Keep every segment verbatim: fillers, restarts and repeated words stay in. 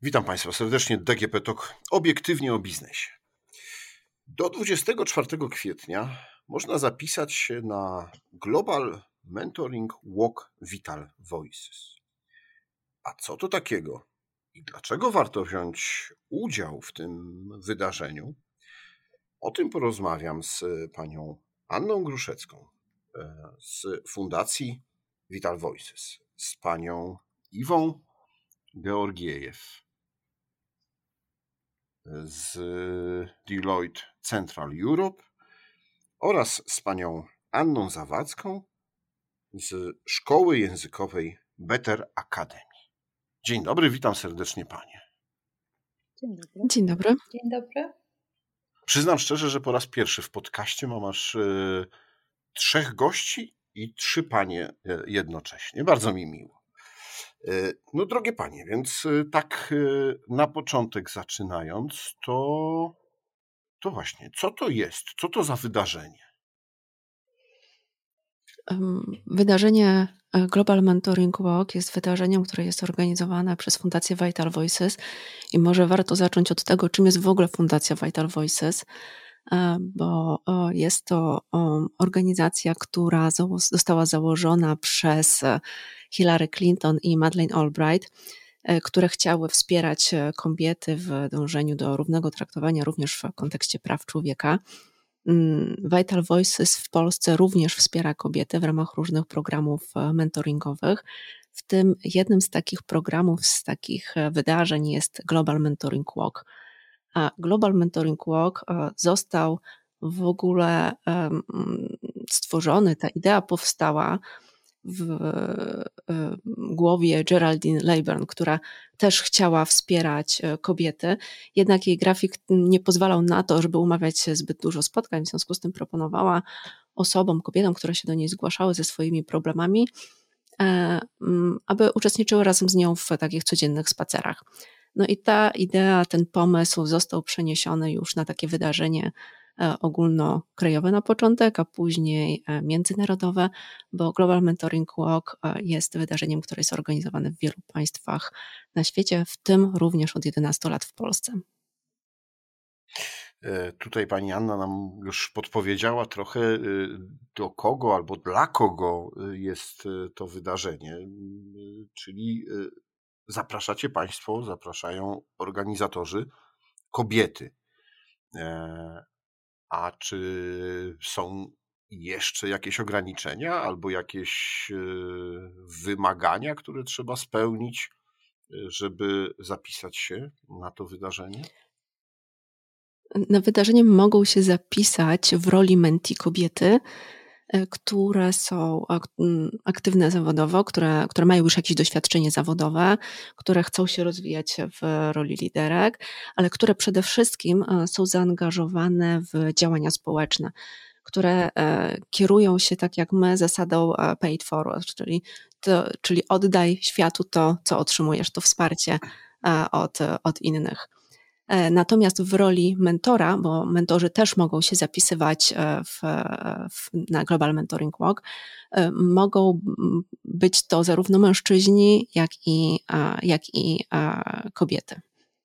Witam Państwa serdecznie, D G P Talk, obiektywnie o biznesie. Do dwudziestego czwartego kwietnia można zapisać się na Global Mentoring Walk Vital Voices. A co to takiego i dlaczego warto wziąć udział w tym wydarzeniu? O tym porozmawiam z panią Anną Gruszecką z Fundacji Vital Voices, z panią Iwą Georgiejew z Deloitte Central Europe oraz z panią Anną Zawadzką z Szkoły Językowej Better Academy. Dzień dobry, witam serdecznie panie. Dzień dobry. Dzień dobry. Dzień dobry. Przyznam szczerze, że po raz pierwszy w podcaście mam aż y, trzech gości i trzy panie jednocześnie. Bardzo mi miło. No drogie panie, więc tak na początek zaczynając, to, to właśnie, co to jest? Co to za wydarzenie? Wydarzenie Global Mentoring Walk jest wydarzeniem, które jest organizowane przez Fundację Vital Voices i może warto zacząć od tego, czym jest w ogóle Fundacja Vital Voices, bo jest to organizacja, która została założona przez Hillary Clinton i Madeleine Albright, które chciały wspierać kobiety w dążeniu do równego traktowania również w kontekście praw człowieka. Vital Voices w Polsce również wspiera kobiety w ramach różnych programów mentoringowych. W tym jednym z takich programów, z takich wydarzeń jest Global Mentoring Walk. A Global Mentoring Walk został w ogóle stworzony, ta idea powstała w głowie Geraldine Leyburn, która też chciała wspierać kobiety, jednak jej grafik nie pozwalał na to, żeby umawiać zbyt dużo spotkań, w związku z tym proponowała osobom, kobietom, które się do niej zgłaszały ze swoimi problemami, aby uczestniczyły razem z nią w takich codziennych spacerach. No i ta idea, ten pomysł został przeniesiony już na takie wydarzenie ogólnokrajowe na początek, a później międzynarodowe, bo Global Mentoring Walk jest wydarzeniem, które jest organizowane w wielu państwach na świecie, w tym również od jedenastu lat w Polsce. Tutaj pani Anna nam już podpowiedziała trochę, do kogo albo dla kogo jest to wydarzenie, czyli zapraszacie państwo, zapraszają organizatorzy kobiety. A czy są jeszcze jakieś ograniczenia albo jakieś wymagania, które trzeba spełnić, żeby zapisać się na to wydarzenie? Na wydarzenie mogą się zapisać w roli mentee kobiety, które są aktywne zawodowo, które, które mają już jakieś doświadczenie zawodowe, które chcą się rozwijać w roli liderek, ale które przede wszystkim są zaangażowane w działania społeczne, które kierują się tak jak my zasadą pay it forward, czyli, to, czyli oddaj światu to, co otrzymujesz, to wsparcie od, od innych. Natomiast w roli mentora, bo mentorzy też mogą się zapisywać w, w, na Global Mentoring Walk, mogą być to zarówno mężczyźni, jak i, jak i kobiety.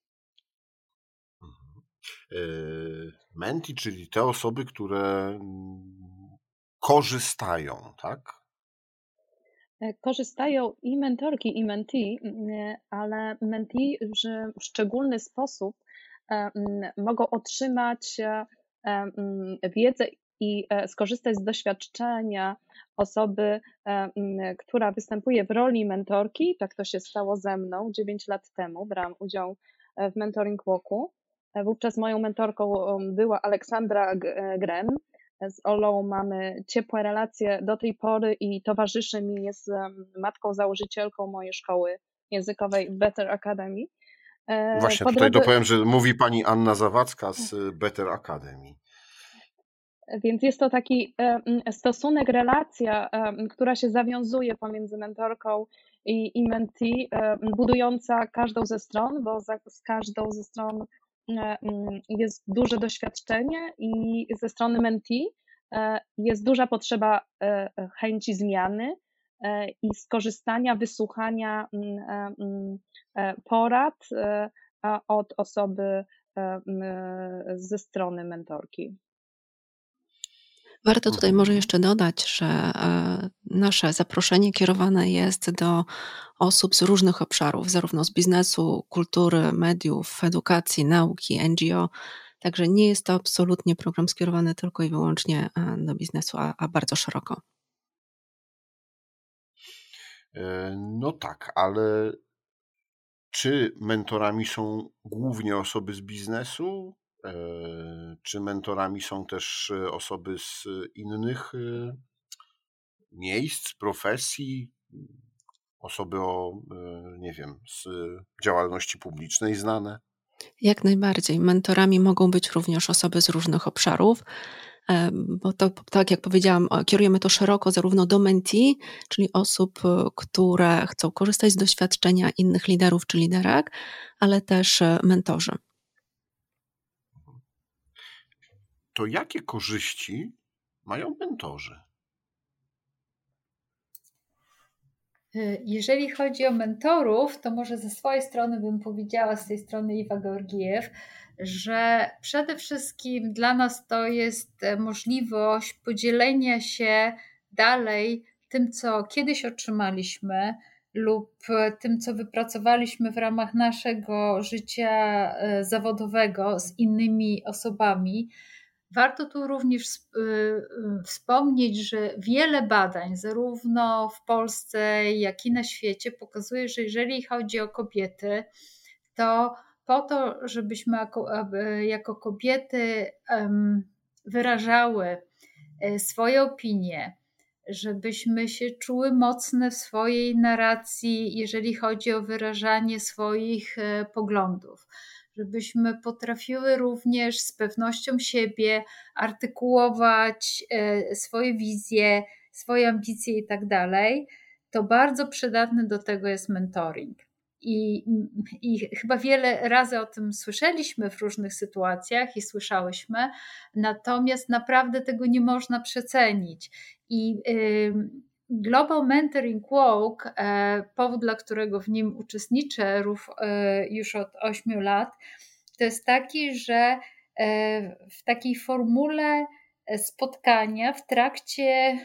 Menti, czyli te osoby, które korzystają, tak? Korzystają i mentorki, i mentee, ale mentee w szczególny sposób mogą otrzymać wiedzę i skorzystać z doświadczenia osoby, która występuje w roli mentorki. Tak to się stało ze mną dziewięć lat temu. Brałam udział w Mentoring Walku. Wówczas moją mentorką była Aleksandra Gren. Z Olą mamy ciepłe relacje do tej pory i towarzyszy mi, jest matką założycielką mojej szkoły językowej Better Academy. Właśnie po tutaj drodze... dopowiem, że mówi pani Anna Zawadzka z Better Academy. Więc jest to taki stosunek, relacja, która się zawiązuje pomiędzy mentorką i, i mentee, budująca każdą ze stron, bo za, z każdą ze stron jest duże doświadczenie i ze strony mentee jest duża potrzeba chęci zmiany, i skorzystania, wysłuchania porad od osoby ze strony mentorki. Warto tutaj może jeszcze dodać, że nasze zaproszenie kierowane jest do osób z różnych obszarów, zarówno z biznesu, kultury, mediów, edukacji, nauki, N G O. Także nie jest to absolutnie program skierowany tylko i wyłącznie do biznesu, a, a bardzo szeroko. No tak, ale czy mentorami są głównie osoby z biznesu? Czy mentorami są też osoby z innych miejsc, profesji, osoby o, nie wiem, z działalności publicznej znane? Jak najbardziej. Mentorami mogą być również osoby z różnych obszarów, bo to, tak jak powiedziałam, kierujemy to szeroko zarówno do mentee, czyli osób, które chcą korzystać z doświadczenia innych liderów czy liderek, ale też mentorzy. To jakie korzyści mają mentorzy? Jeżeli chodzi o mentorów, to może ze swojej strony bym powiedziała, z tej strony Iwa Georgijew, że przede wszystkim dla nas to jest możliwość podzielenia się dalej tym, co kiedyś otrzymaliśmy lub tym, co wypracowaliśmy w ramach naszego życia zawodowego z innymi osobami. Warto tu również wspomnieć, że wiele badań, zarówno w Polsce, jak i na świecie, pokazuje, że jeżeli chodzi o kobiety, to po to, żebyśmy jako, jako kobiety wyrażały swoje opinie, żebyśmy się czuły mocne w swojej narracji, jeżeli chodzi o wyrażanie swoich poglądów, żebyśmy potrafiły również z pewnością siebie artykułować swoje wizje, swoje ambicje i tak dalej, to bardzo przydatny do tego jest mentoring. I, I chyba wiele razy o tym słyszeliśmy w różnych sytuacjach i słyszałyśmy, natomiast naprawdę tego nie można przecenić. I y, Global Mentoring Walk, powód, dla którego w nim uczestniczę już od ośmiu lat, to jest taki, że w takiej formule spotkania w trakcie,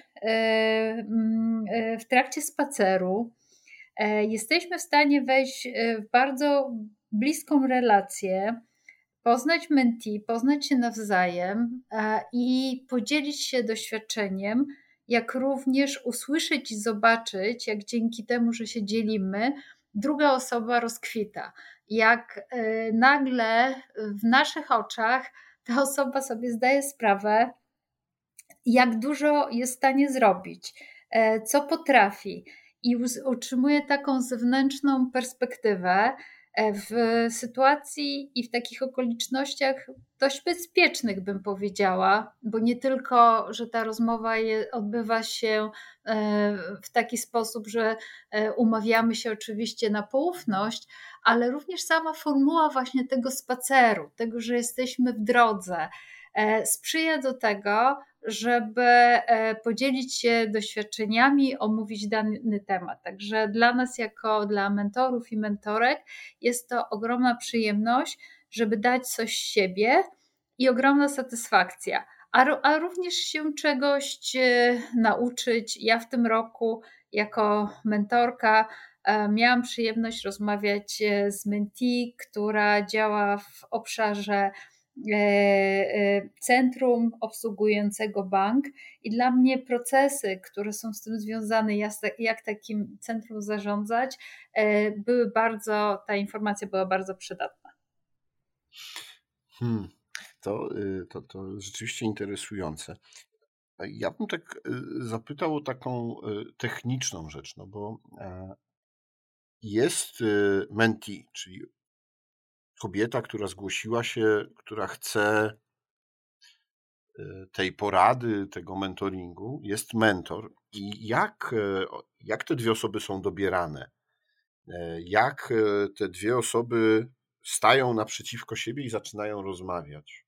w trakcie spaceru jesteśmy w stanie wejść w bardzo bliską relację, poznać mentee, poznać się nawzajem i podzielić się doświadczeniem, jak również usłyszeć i zobaczyć, jak dzięki temu, że się dzielimy, druga osoba rozkwita. Jak nagle w naszych oczach ta osoba sobie zdaje sprawę, jak dużo jest w stanie zrobić, co potrafi i utrzymuje taką zewnętrzną perspektywę w sytuacji i w takich okolicznościach dość bezpiecznych, bym powiedziała, bo nie tylko, że ta rozmowa je, odbywa się w taki sposób, że umawiamy się oczywiście na poufność, ale również sama formuła właśnie tego spaceru, tego, że jesteśmy w drodze, sprzyja do tego, żeby podzielić się doświadczeniami, omówić dany temat. Także dla nas, jako dla mentorów i mentorek, jest to ogromna przyjemność, żeby dać coś z siebie i ogromna satysfakcja, a, a również się czegoś nauczyć. Ja w tym roku jako mentorka miałam przyjemność rozmawiać z mentee, która działa w obszarze centrum obsługującego bank i dla mnie procesy, które są z tym związane, jak takim centrum zarządzać, były bardzo, ta informacja była bardzo przydatna. Hmm, to, to, to rzeczywiście interesujące. Ja bym tak zapytał o taką techniczną rzecz, no bo jest mentee, czyli kobieta, która zgłosiła się, która chce tej porady, tego mentoringu, jest mentor. I jak, jak te dwie osoby są dobierane? Jak te dwie osoby stają naprzeciwko siebie i zaczynają rozmawiać?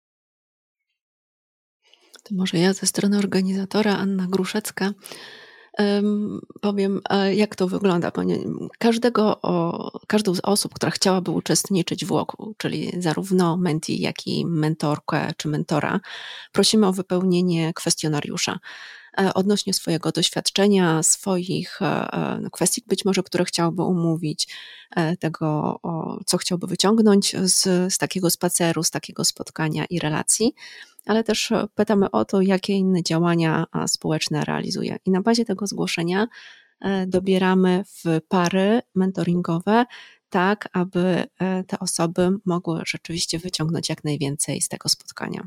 To może ja ze strony organizatora, Anna Gruszecka. Powiem, jak to wygląda. Każdego, każdą z osób, która chciałaby uczestniczyć w łoku, czyli zarówno mentee, jak i mentorkę czy mentora, prosimy o wypełnienie kwestionariusza odnośnie swojego doświadczenia, swoich kwestii być może, które chciałby omówić, tego, co chciałby wyciągnąć z, z takiego spaceru, z takiego spotkania i relacji, ale też pytamy o to, jakie inne działania społeczne realizuje. I na bazie tego zgłoszenia dobieramy w pary mentoringowe, tak aby te osoby mogły rzeczywiście wyciągnąć jak najwięcej z tego spotkania.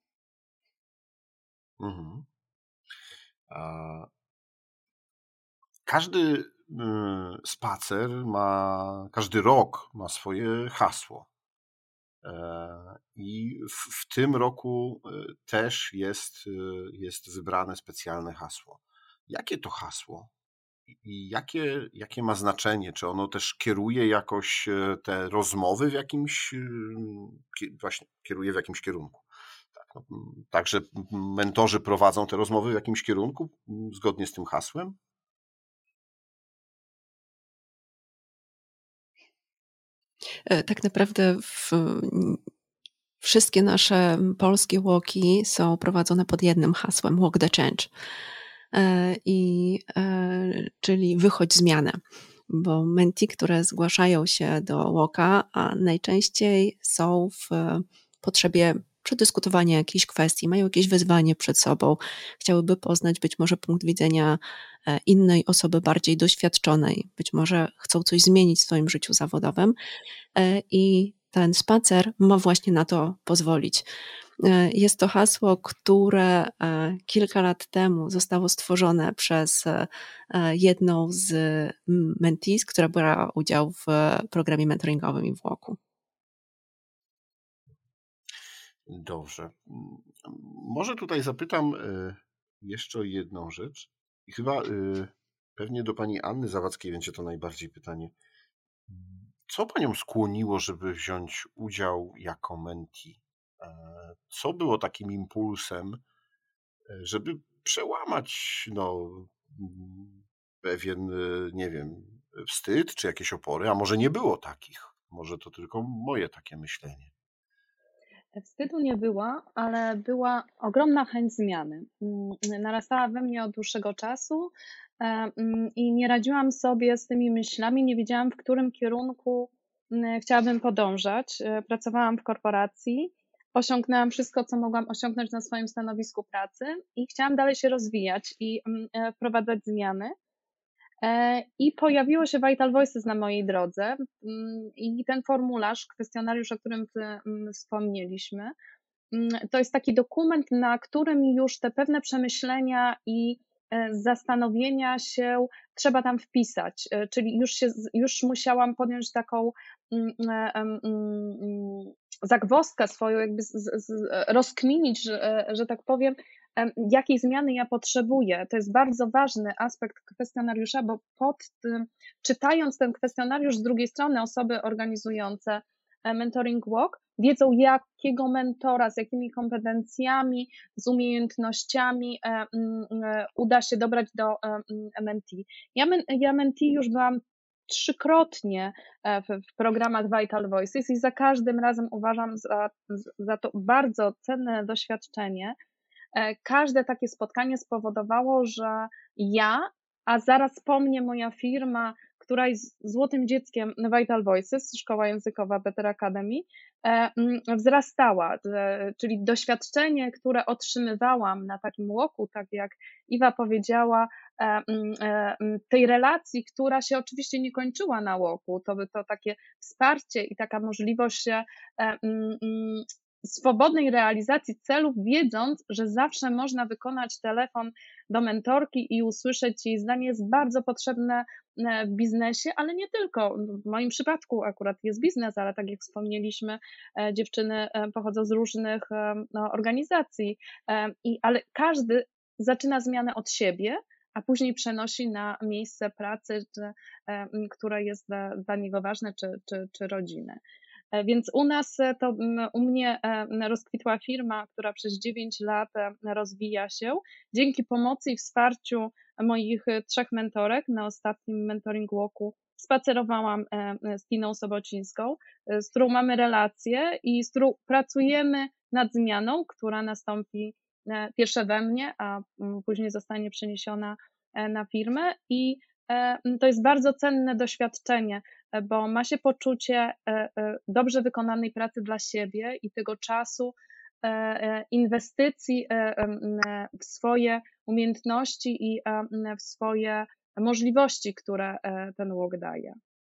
Mhm. Każdy spacer ma, każdy rok ma swoje hasło. I w, w tym roku też jest, jest wybrane specjalne hasło. Jakie to hasło i jakie, jakie ma znaczenie? Czy ono też kieruje jakoś te rozmowy w jakimś, właśnie kieruje w jakimś kierunku? Tak, no, także mentorzy prowadzą te rozmowy w jakimś kierunku zgodnie z tym hasłem? Tak naprawdę w, wszystkie nasze polskie łoki są prowadzone pod jednym hasłem, Walk the Change, I, czyli wychodź zmianę, bo mentee, które zgłaszają się do łoka, a najczęściej są w potrzebie przedyskutowania jakiejś kwestii, mają jakieś wyzwanie przed sobą, chciałyby poznać być może punkt widzenia innej osoby bardziej doświadczonej, być może chcą coś zmienić w swoim życiu zawodowym i ten spacer ma właśnie na to pozwolić. Jest to hasło, które kilka lat temu zostało stworzone przez jedną z mentees, która brała udział w programie mentoringowym i w łoku. Dobrze. Może tutaj zapytam jeszcze o jedną rzecz. I chyba pewnie do pani Anny Zawadzkiej będzie to najbardziej pytanie. Co panią skłoniło, żeby wziąć udział jako mentee? Co było takim impulsem, żeby przełamać no, pewien, nie wiem, wstyd czy jakieś opory, a może nie było takich? Może to tylko moje takie myślenie. Wstydu nie było, ale była ogromna chęć zmiany. Narastała we mnie od dłuższego czasu i nie radziłam sobie z tymi myślami, nie wiedziałam, w którym kierunku chciałabym podążać. Pracowałam w korporacji, osiągnęłam wszystko, co mogłam osiągnąć na swoim stanowisku pracy i chciałam dalej się rozwijać i wprowadzać zmiany. I pojawiło się Vital Voices na mojej drodze i ten formularz, kwestionariusz, o którym wspomnieliśmy, to jest taki dokument, na którym już te pewne przemyślenia i zastanowienia się trzeba tam wpisać, czyli już, się, już musiałam podjąć taką zagwozdkę swoją, jakby z, z, rozkminić, że, że tak powiem, jakiej zmiany ja potrzebuję. To jest bardzo ważny aspekt kwestionariusza, bo pod tym, czytając ten kwestionariusz z drugiej strony osoby organizujące Mentoring Walk wiedzą, jakiego mentora, z jakimi kompetencjami, z umiejętnościami uda się dobrać do mentee. Ja, ja mentee już byłam trzykrotnie w, w programach Vital Voices i za każdym razem uważam za, za to bardzo cenne doświadczenie. Każde takie spotkanie spowodowało, że ja, a zaraz po mnie moja firma, która jest złotym dzieckiem Vital Voices, szkoła językowa Better Academy, wzrastała, czyli doświadczenie, które otrzymywałam na takim łoku, tak jak Iwa powiedziała, tej relacji, która się oczywiście nie kończyła na łoku, to by to takie wsparcie i taka możliwość swobodnej realizacji celów, wiedząc, że zawsze można wykonać telefon do mentorki i usłyszeć jej zdanie, jest bardzo potrzebne w biznesie, ale nie tylko. W moim przypadku akurat jest biznes, ale tak jak wspomnieliśmy, dziewczyny pochodzą z różnych no, organizacji, i, ale każdy zaczyna zmianę od siebie, a później przenosi na miejsce pracy, czy, które jest dla, dla niego ważne, czy, czy, czy rodziny. Więc u nas to, u mnie rozkwitła firma, która przez dziewięć lat rozwija się dzięki pomocy i wsparciu moich trzech mentorek. Na ostatnim mentoring walku spacerowałam z Tiną Sobocińską, z którą mamy relację i z którą pracujemy nad zmianą, która nastąpi pierwsze we mnie, a później zostanie przeniesiona na firmę. I to jest bardzo cenne doświadczenie, bo ma się poczucie dobrze wykonanej pracy dla siebie i tego czasu, inwestycji w swoje umiejętności i w swoje możliwości, które ten walk daje.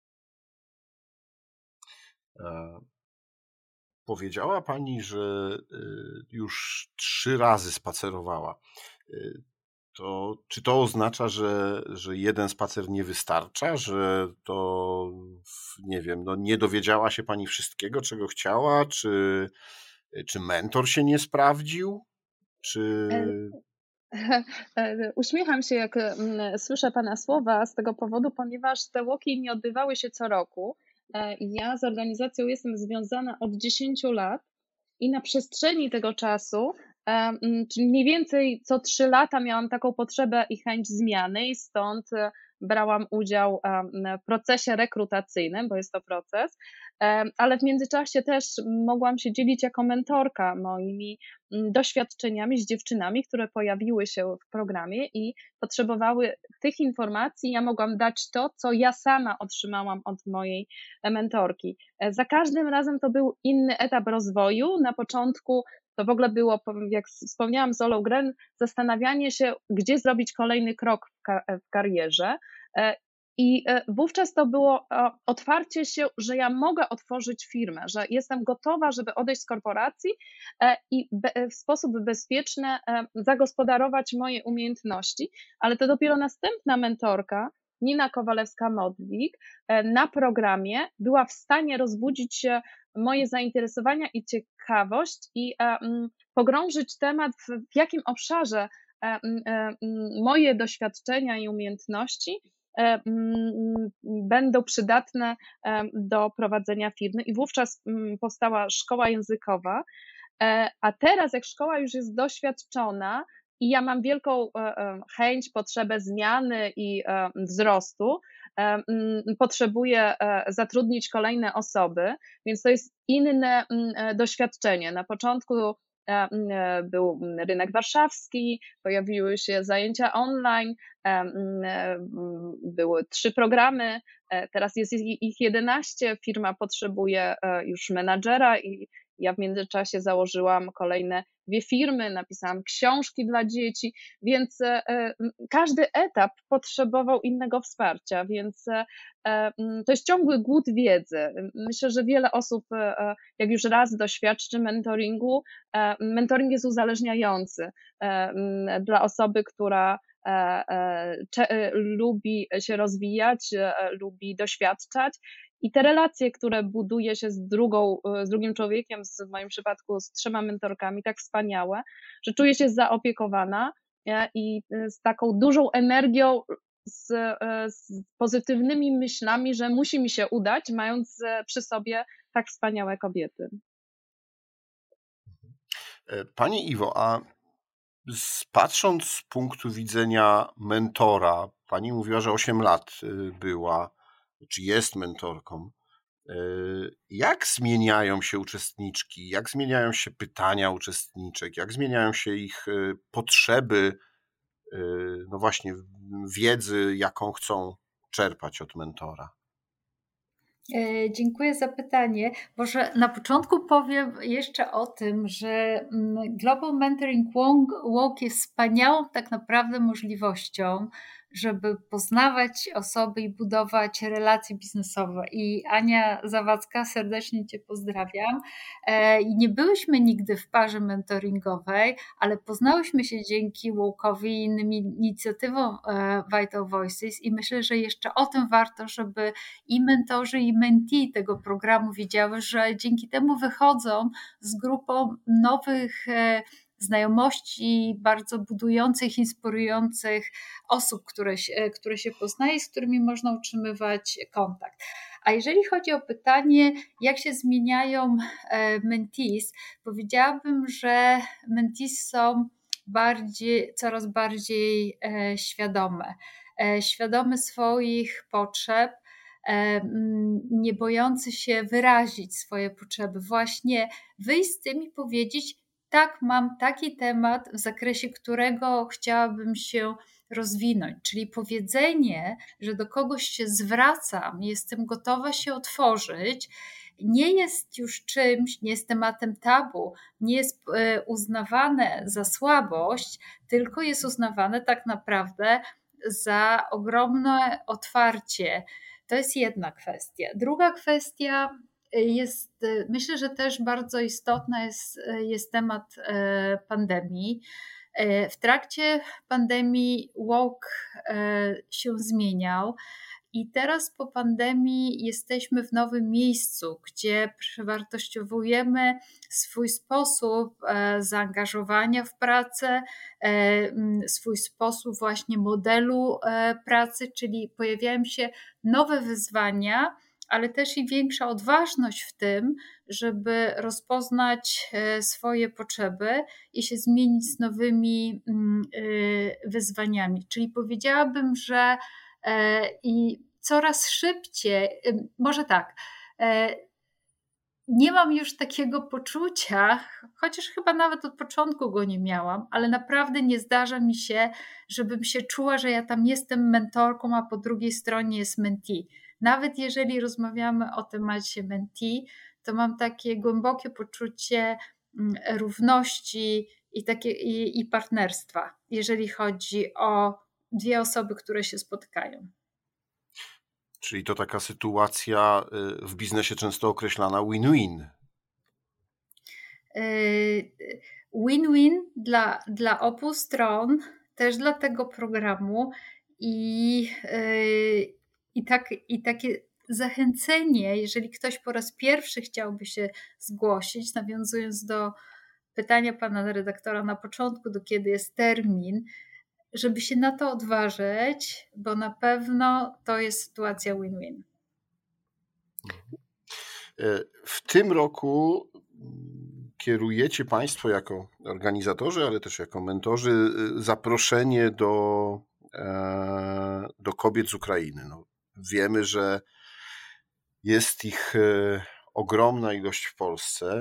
Powiedziała Pani, że już trzy razy spacerowała. To, czy to oznacza, że, że jeden spacer nie wystarcza, że to, nie wiem, no nie dowiedziała się Pani wszystkiego, czego chciała, czy, czy mentor się nie sprawdził, czy... Uśmiecham się, jak słyszę Pana słowa z tego powodu, ponieważ te walki nie odbywały się co roku. Ja z organizacją jestem związana od dziesięciu lat i na przestrzeni tego czasu, czyli mniej więcej co trzy lata miałam taką potrzebę i chęć zmiany i stąd brałam udział w procesie rekrutacyjnym, bo jest to proces, ale w międzyczasie też mogłam się dzielić jako mentorka moimi doświadczeniami z dziewczynami, które pojawiły się w programie i potrzebowały tych informacji. Ja mogłam dać to, co ja sama otrzymałam od mojej mentorki. Za każdym razem to był inny etap rozwoju. Na początku to w ogóle było, jak wspomniałam z Olą Gren, zastanawianie się, gdzie zrobić kolejny krok w karierze. I wówczas to było otwarcie się, że ja mogę otworzyć firmę, że jestem gotowa, żeby odejść z korporacji i w sposób bezpieczny zagospodarować moje umiejętności, ale to dopiero następna mentorka, Nina Kowalewska-Modlik, na programie była w stanie rozbudzić moje zainteresowania i ciekawość i pogrążyć temat, w jakim obszarze moje doświadczenia i umiejętności będą przydatne do prowadzenia firmy i wówczas powstała szkoła językowa, a teraz jak szkoła już jest doświadczona i ja mam wielką chęć, potrzebę zmiany i wzrostu, potrzebuję zatrudnić kolejne osoby, więc to jest inne doświadczenie. Na początku był rynek warszawski, pojawiły się zajęcia online, były trzy programy, teraz jest ich jedenaście, firma potrzebuje już menadżera i ja w międzyczasie założyłam kolejne dwie firmy, napisałam książki dla dzieci, więc każdy etap potrzebował innego wsparcia, więc to jest ciągły głód wiedzy. Myślę, że wiele osób, jak już raz doświadczy mentoringu, mentoring jest uzależniający dla osoby, która lubi się rozwijać, lubi doświadczać. I te relacje, które buduje się z, drugą, z drugim człowiekiem, w moim przypadku z trzema mentorkami, tak wspaniałe, że czuję się zaopiekowana i z taką dużą energią, z, z pozytywnymi myślami, że musi mi się udać, mając przy sobie tak wspaniałe kobiety. Pani Iwo, a patrząc z punktu widzenia mentora, pani mówiła, że osiem lat była, czy jest mentorką. Jak zmieniają się uczestniczki, jak zmieniają się pytania uczestniczek, jak zmieniają się ich potrzeby, no właśnie wiedzy, jaką chcą czerpać od mentora? Dziękuję za pytanie. Może na początku powiem jeszcze o tym, że Global Mentoring Walk jest wspaniałą tak naprawdę możliwością, żeby poznawać osoby i budować relacje biznesowe. I Ania Zawadzka, serdecznie Cię pozdrawiam. I nie byłyśmy nigdy w parze mentoringowej, ale poznałyśmy się dzięki Walkowi i innym inicjatywom Vital Voices i myślę, że jeszcze o tym warto, żeby i mentorzy, i mentee tego programu wiedziały, że dzięki temu wychodzą z grupą nowych znajomości, bardzo budujących, inspirujących osób, które się, które się poznaje, z którymi można utrzymywać kontakt. A jeżeli chodzi o pytanie, jak się zmieniają mentees, powiedziałabym, że mentees są bardziej, coraz bardziej świadome. Świadome swoich potrzeb, nie bojący się wyrazić swoje potrzeby, właśnie wyjść z tym i powiedzieć, tak, mam taki temat, w zakresie którego chciałabym się rozwinąć, czyli powiedzenie, że do kogoś się zwracam, jestem gotowa się otworzyć, nie jest już czymś, nie jest tematem tabu, nie jest uznawane za słabość, tylko jest uznawane tak naprawdę za ogromne otwarcie. To jest jedna kwestia. Druga kwestia jest, myślę, że też bardzo istotna jest, jest temat pandemii. W trakcie pandemii walk się zmieniał i teraz po pandemii jesteśmy w nowym miejscu, gdzie przewartościowujemy swój sposób zaangażowania w pracę, swój sposób właśnie modelu pracy, czyli pojawiają się nowe wyzwania, ale też i większa odważność w tym, żeby rozpoznać swoje potrzeby i się zmienić z nowymi wyzwaniami. Czyli powiedziałabym, że i coraz szybciej, może tak, nie mam już takiego poczucia, chociaż chyba nawet od początku go nie miałam, ale naprawdę nie zdarza mi się, żebym się czuła, że ja tam jestem mentorką, a po drugiej stronie jest mentee. Nawet jeżeli rozmawiamy o temacie mentee, to mam takie głębokie poczucie równości i, takie, i, i partnerstwa, jeżeli chodzi o dwie osoby, które się spotykają. Czyli to taka sytuacja w biznesie często określana win-win. Win-win dla, dla obu stron, też dla tego programu i, i, tak, i takie zachęcenie, jeżeli ktoś po raz pierwszy chciałby się zgłosić, nawiązując do pytania pana redaktora na początku, do kiedy jest termin, żeby się na to odważyć, bo na pewno to jest sytuacja win-win. W tym roku kierujecie Państwo jako organizatorzy, ale też jako mentorzy zaproszenie do, do kobiet z Ukrainy. No, wiemy, że jest ich ogromna ilość w Polsce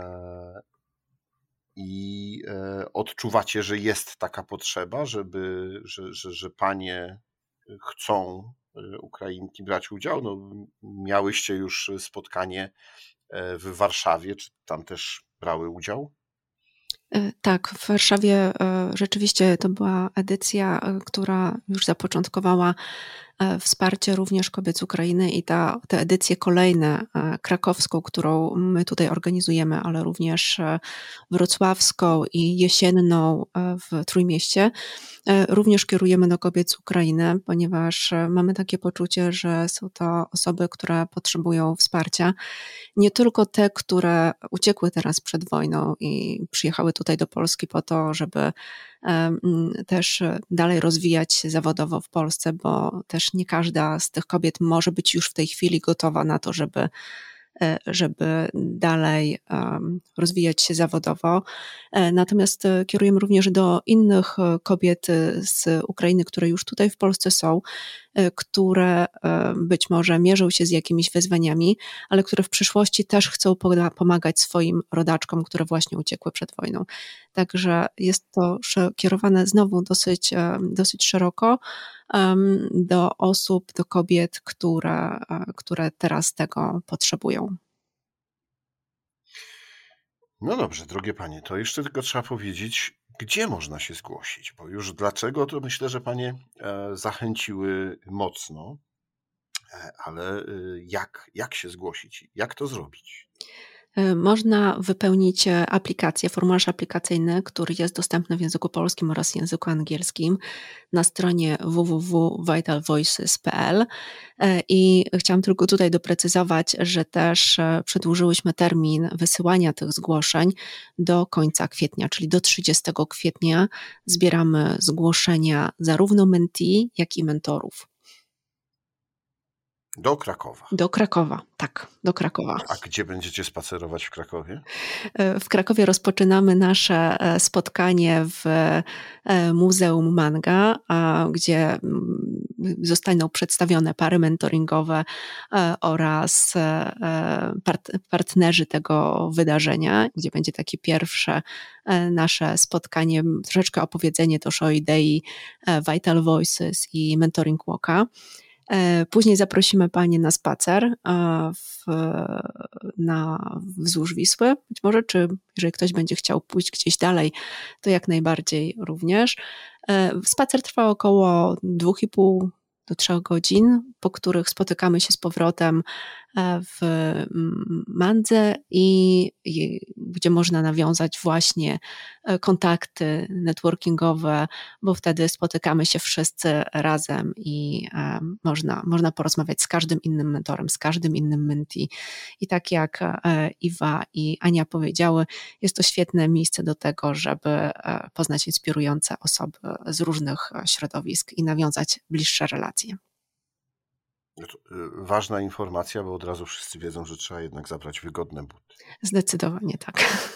i odczuwacie, że jest taka potrzeba, żeby, że, że, że panie chcą, Ukrainki, brać udział. No, miałyście już spotkanie w Warszawie, czy tam też brały udział? Tak, w Warszawie rzeczywiście to była edycja, która już zapoczątkowała wsparcie również kobiet z Ukrainy i ta, te edycje kolejne, krakowską, którą my tutaj organizujemy, ale również wrocławską i jesienną w Trójmieście, również kierujemy do kobiet z Ukrainy, ponieważ mamy takie poczucie, że są to osoby, które potrzebują wsparcia. Nie tylko te, które uciekły teraz przed wojną i przyjechały tutaj do Polski po to, żeby też dalej rozwijać się zawodowo w Polsce, bo też nie każda z tych kobiet może być już w tej chwili gotowa na to, żeby żeby dalej rozwijać się zawodowo. Natomiast kierujemy również do innych kobiet z Ukrainy, które już tutaj w Polsce są, które być może mierzą się z jakimiś wyzwaniami, ale które w przyszłości też chcą pomagać swoim rodaczkom, które właśnie uciekły przed wojną. Także jest to kierowane znowu dosyć, dosyć szeroko do osób, do kobiet, które, które teraz tego potrzebują. No dobrze, drogie panie, to jeszcze tylko trzeba powiedzieć, gdzie można się zgłosić, bo już dlaczego, to myślę, że panie zachęciły mocno, ale jak, jak się zgłosić, jak to zrobić? Można wypełnić aplikację, formularz aplikacyjny, który jest dostępny w języku polskim oraz języku angielskim na stronie w w w kropka vital voices kropka p l i chciałam tylko tutaj doprecyzować, że też przedłużyłyśmy termin wysyłania tych zgłoszeń do końca kwietnia, czyli do trzydziestego kwietnia zbieramy zgłoszenia zarówno mentee, jak i mentorów. Do Krakowa. Do Krakowa, tak, do Krakowa. A gdzie będziecie spacerować w Krakowie? W Krakowie rozpoczynamy nasze spotkanie w Muzeum Manga, gdzie zostaną przedstawione pary mentoringowe oraz partnerzy tego wydarzenia, gdzie będzie takie pierwsze nasze spotkanie, troszeczkę opowiedzenie też o idei Vital Voices i Mentoring Walka. Później zaprosimy Panie na spacer w, na, wzdłuż Wisły, być może, czy jeżeli ktoś będzie chciał pójść gdzieś dalej, to jak najbardziej również. Spacer trwa około dwóch i pół do trzech godzin, po których spotykamy się z powrotem w Mandze i, i gdzie można nawiązać właśnie kontakty networkingowe, bo wtedy spotykamy się wszyscy razem i um, można, można porozmawiać z każdym innym mentorem, z każdym innym mentee. I tak jak Iwa i Ania powiedziały, jest to świetne miejsce do tego, żeby poznać inspirujące osoby z różnych środowisk i nawiązać bliższe relacje. Ważna informacja, bo od razu wszyscy wiedzą, że trzeba jednak zabrać wygodne buty. Zdecydowanie tak.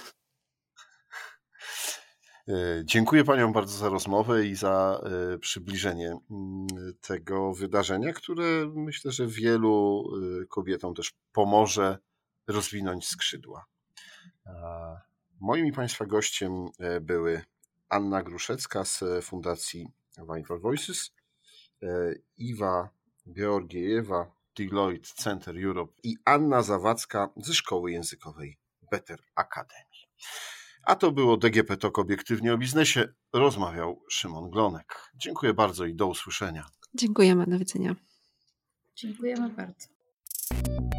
Dziękuję Paniom bardzo za rozmowę i za przybliżenie tego wydarzenia, które myślę, że wielu kobietom też pomoże rozwinąć skrzydła. Moim i Państwa gościem były Anna Gruszecka z Fundacji Vital Voices, Iwa Georgiejewa, Deloitte Center Europe i Anna Zawadzka ze Szkoły Językowej Better Academy. A to było D G P Talk obiektywnie o biznesie. Rozmawiał Szymon Glonek. Dziękuję bardzo i do usłyszenia. Dziękujemy, do widzenia. Dziękujemy bardzo.